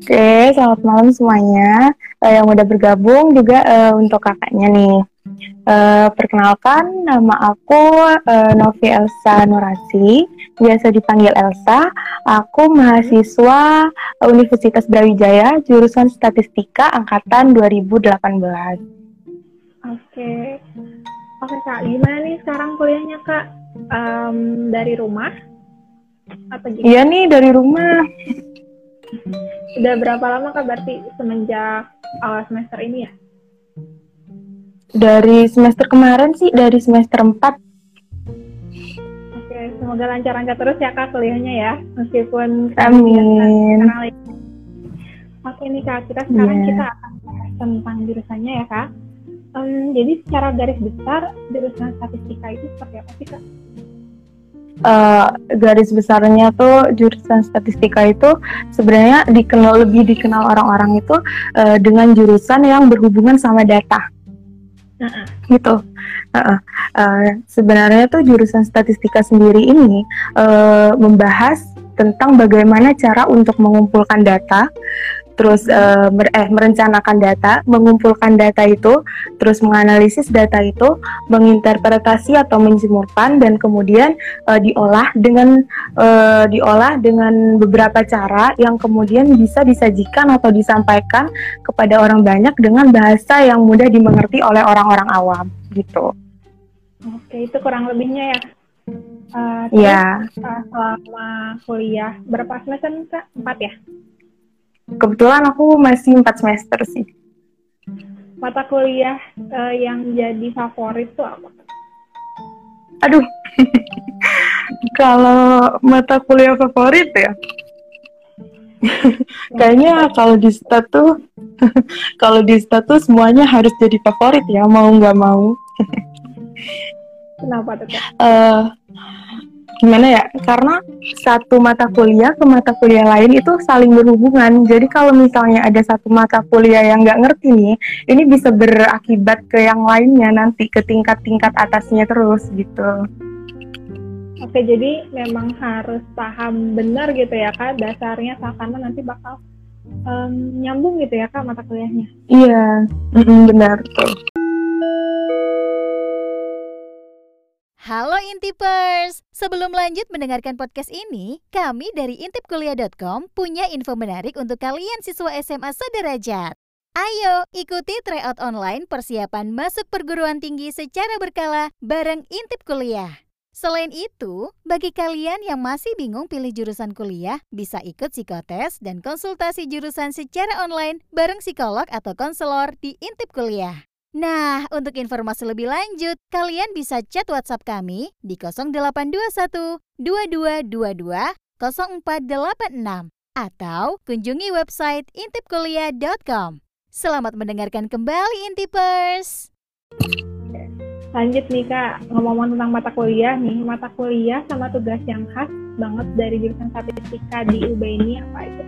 Oke, selamat malam semuanya. Yang udah bergabung juga untuk kakaknya nih. Perkenalkan, nama aku Novi Elsa Nurasi, biasa dipanggil Elsa. Aku mahasiswa Universitas Brawijaya, jurusan Statistika angkatan 2018. Oke, Kak, gimana nih sekarang kuliahnya Kak? Dari rumah atau gimana? Iya nih, dari rumah. Udah berapa lama Kak berarti semenjak awal semester ini ya? Dari semester kemarin sih, dari semester 4. Oke, semoga lancar-lancar terus ya Kak kuliahnya ya, meskipun Amin. Oke nih Kak, kita akan bahas tentang jurusannya ya Kak. Jadi secara garis besar, jurusan statistika itu seperti apa sih Kak? Garis besarnya tuh jurusan statistika itu sebenarnya lebih dikenal orang-orang itu dengan jurusan yang berhubungan sama data. Gitu. Sebenarnya tuh jurusan statistika sendiri ini membahas tentang bagaimana cara untuk mengumpulkan data, terus merencanakan data, mengumpulkan data itu, terus menganalisis data itu, menginterpretasi atau menjemurkan, dan kemudian diolah dengan beberapa cara yang kemudian bisa disajikan atau disampaikan kepada orang banyak dengan bahasa yang mudah dimengerti oleh orang-orang awam gitu. Oke, itu kurang lebihnya ya. Selama kuliah berapa semester Kak? 4 ya? Kebetulan aku masih 4 semester sih. Mata kuliah yang jadi favorit tuh apa? Aduh, kalau mata kuliah favorit ya, kayaknya kalau di stat tuh semuanya harus jadi favorit ya, mau nggak mau. Kenapa tuh Kak? Gimana ya, karena satu mata kuliah ke mata kuliah lain itu saling berhubungan. Jadi kalau misalnya ada satu mata kuliah yang nggak ngerti nih, ini bisa berakibat ke yang lainnya nanti, ke tingkat-tingkat atasnya terus gitu. Oke, jadi memang harus paham benar gitu ya Kak, dasarnya karena nanti bakal nyambung gitu ya Kak mata kuliahnya. Iya, benar tuh. Halo Intipers, sebelum lanjut mendengarkan podcast ini, kami dari intipkuliah.com punya info menarik untuk kalian siswa SMA sederajat. Ayo ikuti tryout online persiapan masuk perguruan tinggi secara berkala bareng Intip Kuliah. Selain itu, bagi kalian yang masih bingung pilih jurusan kuliah, bisa ikut psikotes dan konsultasi jurusan secara online bareng psikolog atau konselor di Intip Kuliah. Nah, untuk informasi lebih lanjut, kalian bisa chat WhatsApp kami di 0821 2222 0486 atau kunjungi website intipkuliah.com. Selamat mendengarkan kembali Intipers. Lanjut nih Kak, ngomong tentang mata kuliah nih, mata kuliah sama tugas yang khas banget dari jurusan statistika di UB ini apa aja?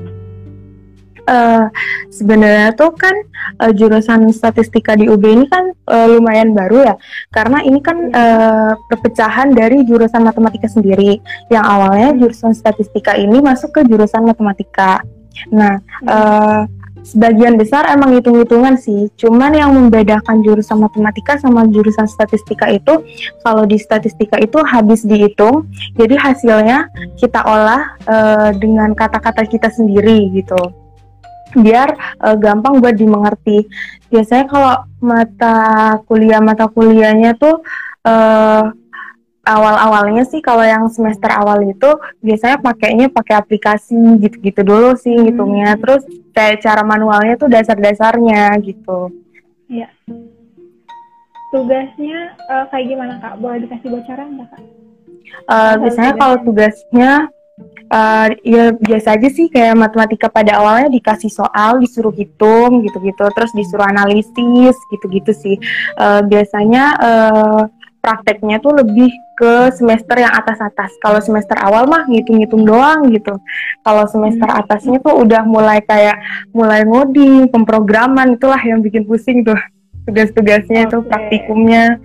Sebenarnya tuh kan jurusan statistika di UB ini kan lumayan baru ya, karena ini kan perpecahan dari jurusan matematika sendiri, yang awalnya jurusan statistika ini masuk ke jurusan matematika. Nah, sebagian besar emang hitung-hitungan sih, cuman yang membedakan jurusan matematika sama jurusan statistika itu, kalau di statistika itu habis dihitung, jadi hasilnya kita olah dengan kata-kata kita sendiri gitu, biar gampang buat dimengerti. Biasanya kalau mata kuliahnya tuh awal-awalnya sih, kalau yang semester awal itu biasanya pakai aplikasi gitu-gitu dulu sih hitungnya. Terus kayak cara manualnya tuh dasar-dasarnya gitu. Iya. Tugasnya kayak gimana Kak? Boleh dikasih bocoran nggak Kak? Biasanya kalau tugasnya ya biasa aja sih, kayak matematika pada awalnya dikasih soal, disuruh hitung gitu-gitu, terus disuruh analisis gitu-gitu sih. Biasanya prakteknya tuh lebih ke semester yang atas-atas. Kalau semester awal mah ngitung-ngitung doang gitu. Kalau semester atasnya tuh udah mulai ngoding, pemrograman, itulah yang bikin pusing tuh tugas-tugasnya. Tuh praktikumnya.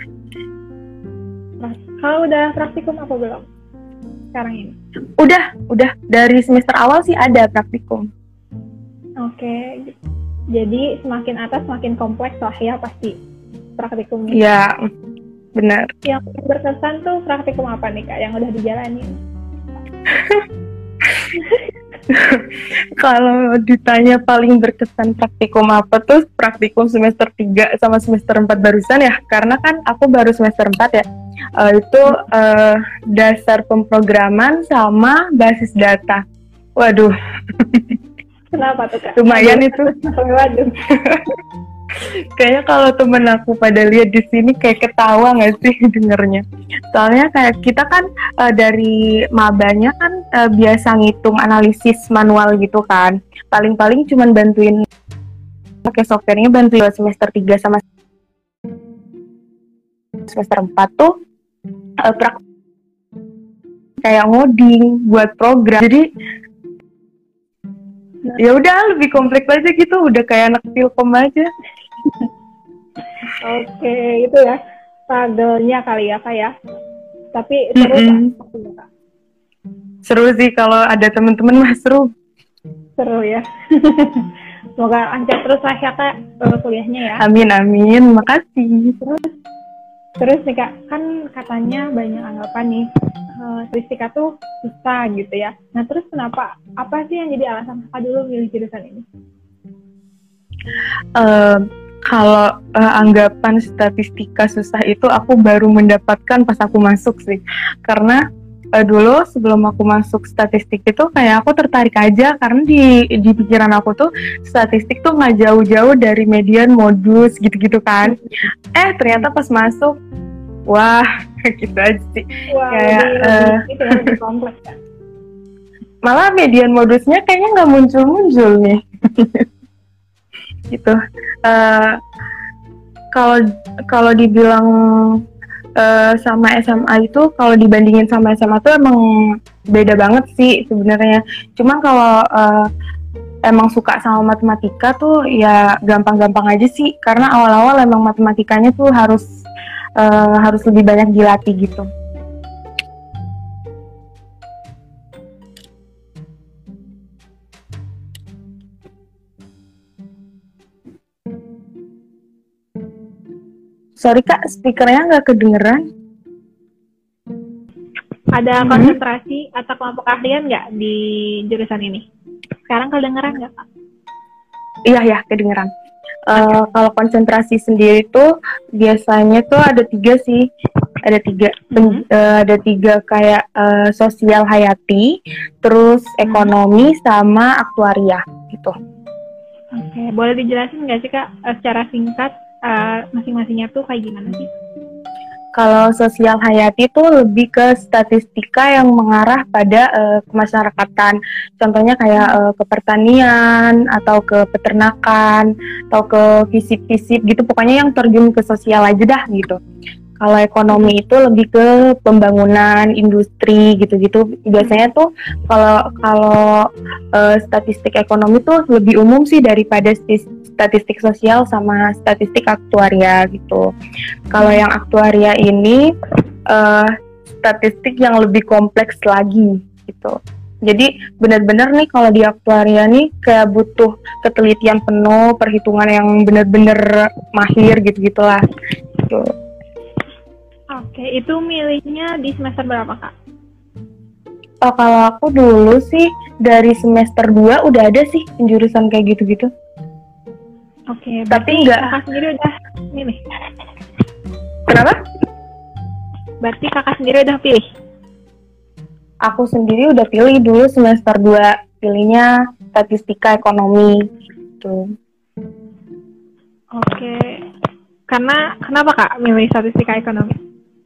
Kalau udah praktikum apa belum sekarang ini? Udah dari semester awal sih ada praktikum. Oke. Jadi semakin atas semakin kompleks lah ya pasti praktikumnya. Iya, benar. Yang berkesan tuh praktikum apa nih Kak yang udah dijalani? Kalau ditanya paling berkesan praktikum apa tuh praktikum semester 3 sama semester 4 barusan ya, karena kan aku baru semester 4 ya. Itu dasar pemrograman sama basis data. Waduh. Kenapa tuh Kak? Lumayan itu. Waduh. Kayaknya kalau temen aku pada lihat di sini kayak ketawa nggak sih dengernya. Soalnya kayak kita kan dari mabanya kan biasa ngitung analisis manual gitu kan. Paling-paling cuman bantuin pakai softwarenya, bantuin semester 3 sama semester 4 tuh kayak ngoding buat program. Jadi ya udah lebih kompleks aja gitu, udah kayak anak Filkom aja. Oke, itu ya struggle-nya kali ya Kak ya. Tapi seru Kak. Seru sih kalau ada teman-teman mah seru. Seru ya. Semoga lancar terus lah ya Kak kuliahnya ya. Amin amin, makasih. Terus nih Kak, kan katanya banyak anggapan nih statistika tuh susah gitu ya. Nah terus kenapa? Apa sih yang jadi alasan Kakak dulu milih jurusan ini? Kalau anggapan statistika susah itu aku baru mendapatkan pas aku masuk sih. Karena dulu sebelum aku masuk statistik itu kayak aku tertarik aja, karena di pikiran aku tuh statistik tuh nggak jauh-jauh dari median, modus gitu-gitu kan. Ternyata pas masuk, wah gitu aja sih. Wah, kayak lebih kompleks kan? Malah median modusnya kayaknya nggak muncul-muncul nih. Gitu. Kalau dibilang sama SMA itu, kalau dibandingin sama SMA tuh emang beda banget sih sebenarnya. Cuma kalau emang suka sama matematika tuh ya gampang-gampang aja sih, karena awal-awal emang matematikanya tuh harus lebih banyak dilatih gitu. Sorry Kak, speakernya nggak kedengeran. Ada konsentrasi atau kelompok keahlian nggak di jurusan ini? Sekarang kedengeran nggak Kak? Iya ya, kedengeran. Kalau konsentrasi sendiri tuh biasanya tuh ada 3 sih. Ada 3. Ada 3 kayak sosial hayati, terus ekonomi sama aktuaria gitu. Oke, boleh dijelasin nggak sih Kak secara singkat masing-masingnya tuh kayak gimana sih? Kalau sosial hayati itu lebih ke statistika yang mengarah pada kemasyarakatan. Contohnya kayak ke pertanian atau ke peternakan atau ke fisip-fisip gitu. Pokoknya yang terjun ke sosial aja dah gitu. Kalau ekonomi itu lebih ke pembangunan, industri gitu-gitu. Biasanya tuh kalau statistik ekonomi tuh lebih umum sih daripada statistik sosial sama statistik aktuaria gitu. Kalau yang aktuaria ini statistik yang lebih kompleks lagi gitu. Jadi benar-benar nih kalau di aktuaria nih kayak butuh ketelitian penuh, perhitungan yang benar-benar mahir gitu-gitulah. Gitu. Oke, itu milihnya di semester berapa Kak? Kalau aku dulu sih dari semester 2 udah ada sih jurusan kayak gitu-gitu. Oke, tapi enggak. Kakak sendiri udah milih? Kenapa? Berarti Kakak sendiri udah pilih? Aku sendiri udah pilih dulu semester 2, pilihnya statistika ekonomi gitu. Oke. Kenapa Kak milih statistika ekonomi?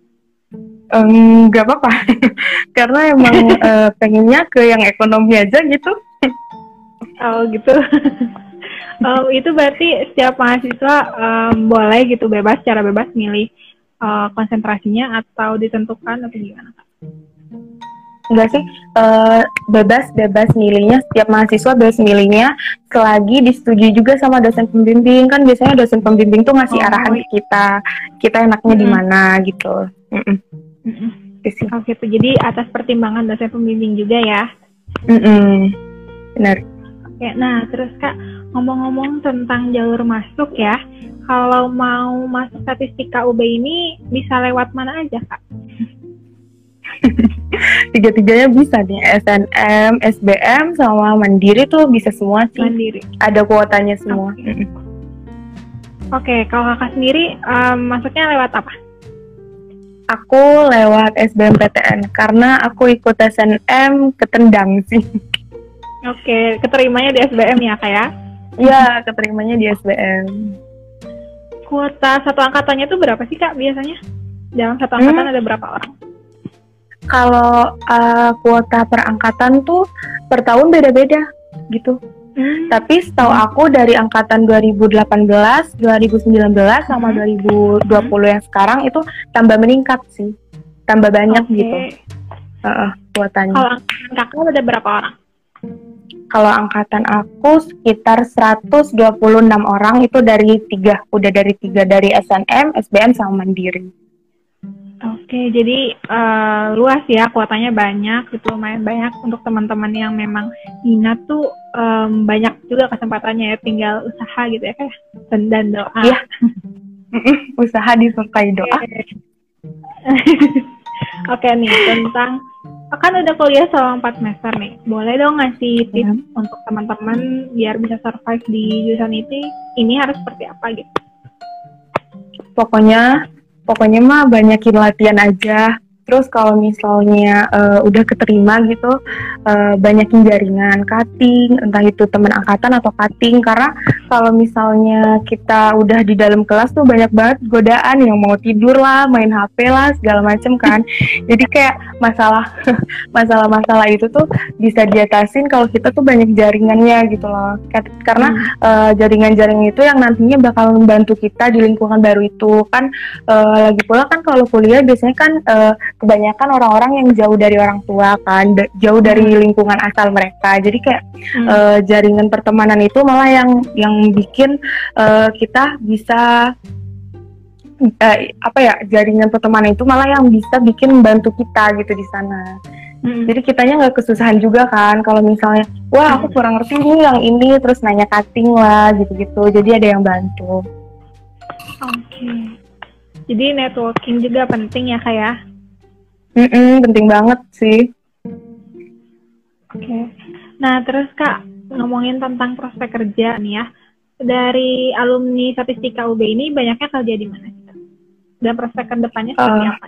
Gak apa-apa. Karena emang pengennya ke yang ekonomi aja gitu. Oh gitu. Itu berarti setiap mahasiswa boleh gitu secara bebas milih konsentrasinya atau ditentukan atau gimana Kak? Enggak sih, bebas milihnya, setiap mahasiswa bebas milihnya selagi disetujui juga sama dosen pembimbing. Kan biasanya dosen pembimbing tuh ngasih arahan ke kita enaknya di mana gitu. Oke, jadi atas pertimbangan dosen pembimbing juga ya? Benar. Oke, nah terus Kak, Ngomong-ngomong tentang jalur masuk ya, kalau mau masuk statistika UB ini bisa lewat mana aja, Kak? Tiga-tiganya bisa nih, SNM, SBM, sama Mandiri tuh bisa semua sih. Mandiri. Ada kuotanya semua. Oke, kalau Kakak sendiri masuknya lewat apa? Aku lewat SBMPTN karena aku ikut SNM ketendang sih. Oke, keterimanya di SBM ya, Kak ya? Iya, keterimanya di SBM. Kuota satu angkatannya tuh berapa sih, Kak, biasanya? Dalam satu angkatan ada berapa orang? Kalau kuota per angkatan tuh per tahun beda-beda gitu. Tapi setahu aku dari angkatan 2018, 2019 sama 2020 yang sekarang itu tambah meningkat sih. Tambah banyak gitu. Kuotanya. Kalau angkatan Kakak ada berapa orang? Kalau angkatan aku sekitar 126 orang, itu dari 3. Udah dari 3, dari SNM, SBM sama Mandiri. Oke, jadi luas ya, kuotanya banyak, itu lumayan banyak untuk teman-teman yang memang minat tuh banyak juga kesempatannya ya, tinggal usaha gitu ya, kayak dan doa. Iya. Usaha disertai doa. Oke nih, tentang kan udah kuliah selama 4 semester nih, boleh dong ngasih tips untuk teman-teman biar bisa survive di jurusan ini harus seperti apa gitu? Pokoknya mah banyakin latihan aja. Terus kalau misalnya udah keterima gitu, banyakin jaringan, cutting, entah itu teman angkatan atau cutting. Karena kalau misalnya kita udah di dalam kelas tuh banyak banget godaan yang mau tidur lah, main HP lah, segala macem kan. Jadi kayak masalah itu tuh bisa diatasin kalau kita tuh banyak jaringannya gitu loh. Karena jaringan-jaringan itu yang nantinya bakal membantu kita di lingkungan baru itu kan. Lagi pula kan kalau kuliah biasanya kan kebanyakan orang-orang yang jauh dari orang tua kan, jauh dari lingkungan asal mereka. Jadi kayak jaringan pertemanan itu malah yang bikin kita bisa jaringan pertemanan itu malah yang bisa bikin membantu kita gitu di sana. Jadi kitanya nggak kesusahan juga kan kalau misalnya wah aku kurang ngerti nih yang ini, terus nanya cutting lah gitu-gitu. Jadi ada yang bantu. Oke. Jadi networking juga penting ya, Kak ya? Penting banget sih. Oke. Nah, terus Kak, ngomongin tentang prospek kerja nih ya. Dari alumni Statistika UB ini banyaknya kerja di mana sih, Kak? Dan prospek ke depannya seperti apa?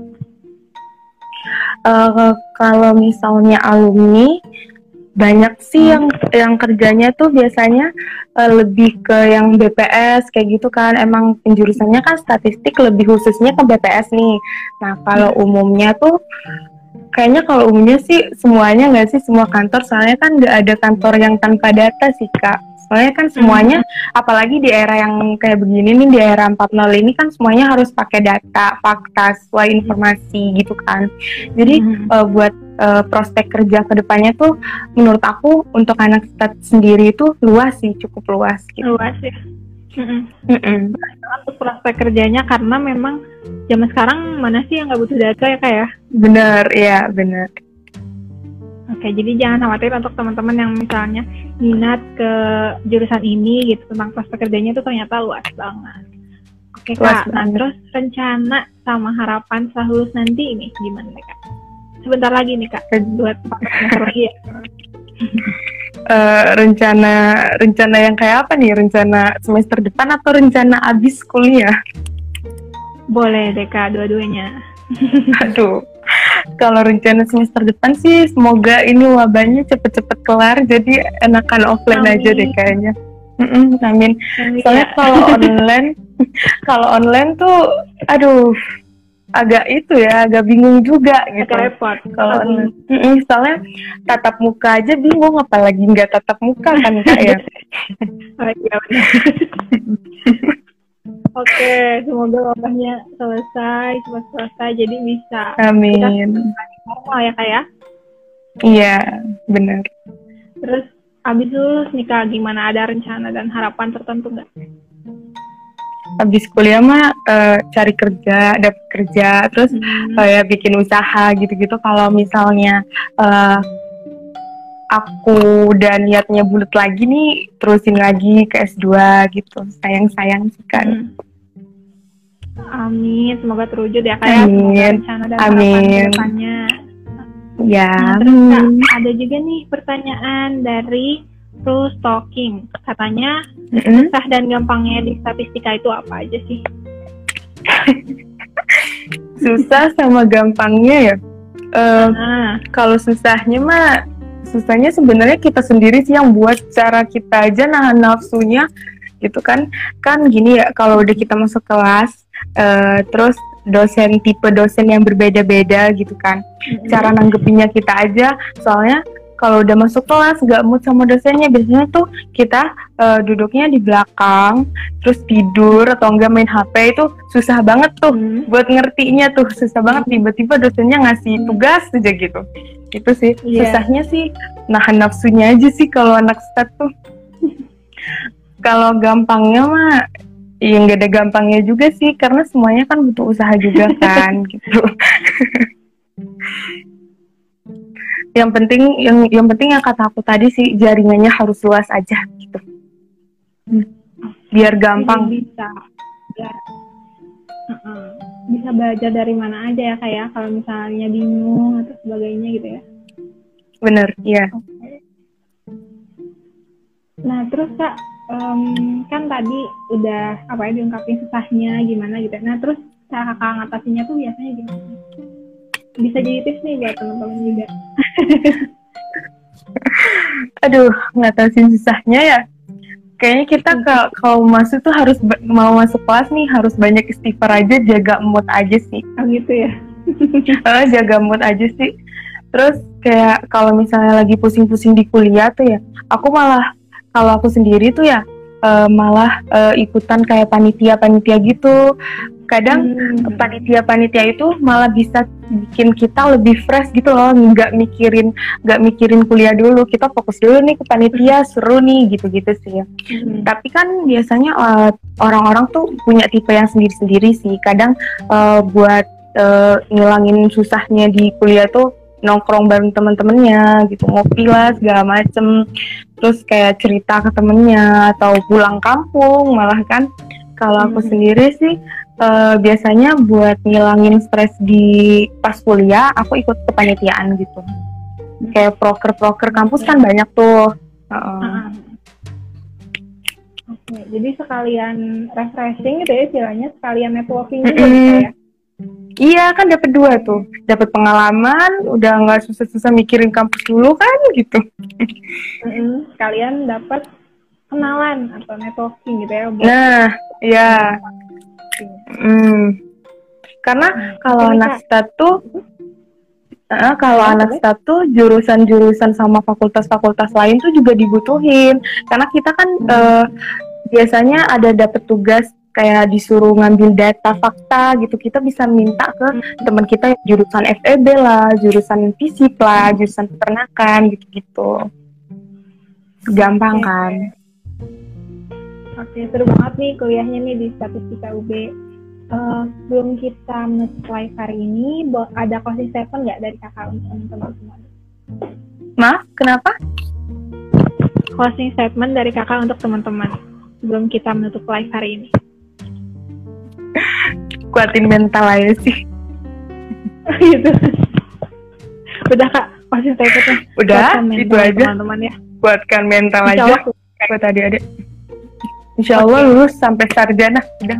Kalau misalnya alumni banyak sih yang kerjanya tuh biasanya lebih ke yang BPS kayak gitu kan. Emang penjurusannya kan statistik, lebih khususnya ke BPS nih. Nah kalau umumnya tuh kayaknya kalau umumnya sih semuanya nggak sih, semua kantor, soalnya kan nggak ada kantor yang tanpa data sih Kak. Soalnya kan semuanya, apalagi di era yang kayak begini nih, di era 4.0 ini kan semuanya harus pakai data, fakta, sesuai informasi gitu kan. Jadi buat prospek kerja ke depannya tuh menurut aku untuk anak stat sendiri itu luas sih, cukup luas gitu. Luas ya. Untuk prospek kerjanya, karena memang zaman sekarang mana sih yang nggak butuh data ya Kak ya? Bener, ya bener. Oke, jadi jangan khawatir untuk teman-teman yang misalnya minat ke jurusan ini gitu, tentang prospek kerjanya itu ternyata luas banget. Oke Kak, nah terus rencana sama harapan setelah lulus nanti ini gimana nih Kak? Sebentar lagi nih Kak, buat 4 semester lagi ya. Rencana yang kayak apa nih? Rencana semester depan atau rencana abis kuliah? Boleh deh Kak, dua-duanya. Aduh, kalau rencana semester depan sih semoga ini wabahnya cepet-cepet kelar, jadi enakan offline aja deh kayaknya. Amin. Soalnya kalau online tuh aduh agak agak bingung juga gitu. Agak repot. Kalau online, soalnya tatap muka aja bingung, apalagi nggak tatap muka kan Kak ya. Oke, semoga wabahnya cepat selesai, jadi bisa. Amin. Normal ya Kak ya? Iya, benar. Terus abis lulus nih Kak, gimana, ada rencana dan harapan tertentu nggak? Habis kuliah mah cari kerja, dapat kerja, terus kayak bikin usaha gitu-gitu. Kalau misalnya aku udah niatnya bulat lagi nih, terusin lagi ke S2 gitu. Sayang sih kan. Amin, semoga terwujud ya Kak ya. Amin. Semoga rencana dan harapan Amin. ke depannya. Ya. Nah, terus Kak, ada juga nih pertanyaan dari Rules Talking. Katanya susah dan gampangnya di statistika itu apa aja sih? Susah sama gampangnya ya. Kalau susahnya sebenarnya kita sendiri sih yang buat, cara kita aja nahan nafsunya gitu kan gini ya, kalau udah kita masuk kelas terus tipe dosen yang berbeda-beda gitu kan, cara nanggepinnya kita aja. Soalnya kalau udah masuk kelas gak mood sama dosennya, biasanya tuh kita duduknya di belakang terus tidur atau enggak main HP. Itu susah banget tuh buat ngertinya tuh, susah banget. Tiba-tiba dosennya ngasih tugas aja gitu. Itu sih susahnya sih, nahan nafsunya aja sih kalau anak stat tuh. Kalau gampangnya mah ya nggak ada gampangnya juga sih, karena semuanya kan butuh usaha juga kan gitu. Yang penting yang kata aku tadi sih, jaringannya harus luas aja gitu. Biar gampang. Bisa belajar dari mana aja ya kayak kalau misalnya bingung atau sebagainya gitu ya. Bener, iya. Okay. Nah terus Kak, kan tadi udah diungkapin susahnya gimana gitu. Nah terus cara Kakak ngatasinnya tuh biasanya gimana? Bisa jadi tips nih buat teman-teman juga. Aduh, ngatasin susahnya ya. Kayaknya kita kalau masuk tuh mau masuk kelas nih harus banyak istighfar aja, jaga mood aja sih. Oh gitu ya. Jaga mood aja sih. Terus kayak kalau misalnya lagi pusing-pusing di kuliah tuh ya, aku malah, kalau aku sendiri tuh ya malah ikutan kayak panitia gitu. Kadang panitia itu malah bisa bikin kita lebih fresh gitu loh, nggak mikirin kuliah dulu, kita fokus dulu nih ke panitia, seru nih gitu sih ya. Tapi kan biasanya orang-orang tuh punya tipe yang sendiri-sendiri sih. Kadang buat ngilangin susahnya di kuliah tuh nongkrong bareng teman-temannya gitu, ngopi lah segala macem, terus kayak cerita ke temennya atau pulang kampung malah kan. Kalau aku sendiri sih biasanya buat ngilangin stres di pas kuliah, aku ikut kepanitiaan gitu. Kayak proker kampus kan banyak tuh. Oke, jadi sekalian refreshing gitu ya istilahnya, sekalian networking juga gitu ya. Iya kan, dapat 2 tuh, dapat pengalaman, udah nggak susah-susah mikirin kampus dulu kan gitu. Sekalian dapat kenalan atau networking gitu ya. Nah, iya. Karena kalau anak stat tuh jurusan-jurusan sama fakultas-fakultas lain tuh juga dibutuhin. Karena kita kan biasanya ada dapat tugas kayak disuruh ngambil data fakta gitu. Kita bisa minta ke teman kita yang jurusan FEB lah, jurusan fisik lah, jurusan peternakan gitu-gitu. Gampang kan? Oke, seru banget nih kuliahnya nih di Statistika UB. Sebelum kita menutup live hari ini, ada closing statement nggak dari Kakak untuk teman-teman semua? Maaf, kenapa? Closing statement dari Kakak untuk teman-teman sebelum kita menutup live hari ini. Kuatin mental aja sih. Gitu. Udah Kak, closing statementnya. Udah, itu aja. Teman-teman ya. Kuatkan mental aja buat adik-adik. Insyaallah lulus sampai sarjana. Udah.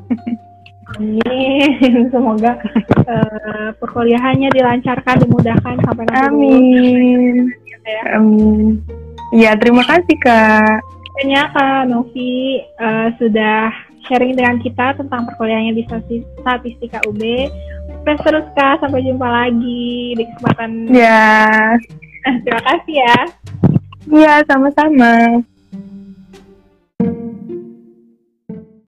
Amin. Semoga perkuliahannya dilancarkan, dimudahkan sampai nanti. Amin. Amin. Ya, terima kasih Kak. Terima Kak Novi sudah sharing dengan kita tentang perkuliahannya di Statistika UB. Sukses terus Kak, sampai jumpa lagi di kesempatan. Ya. Terima kasih ya. Iya, sama-sama.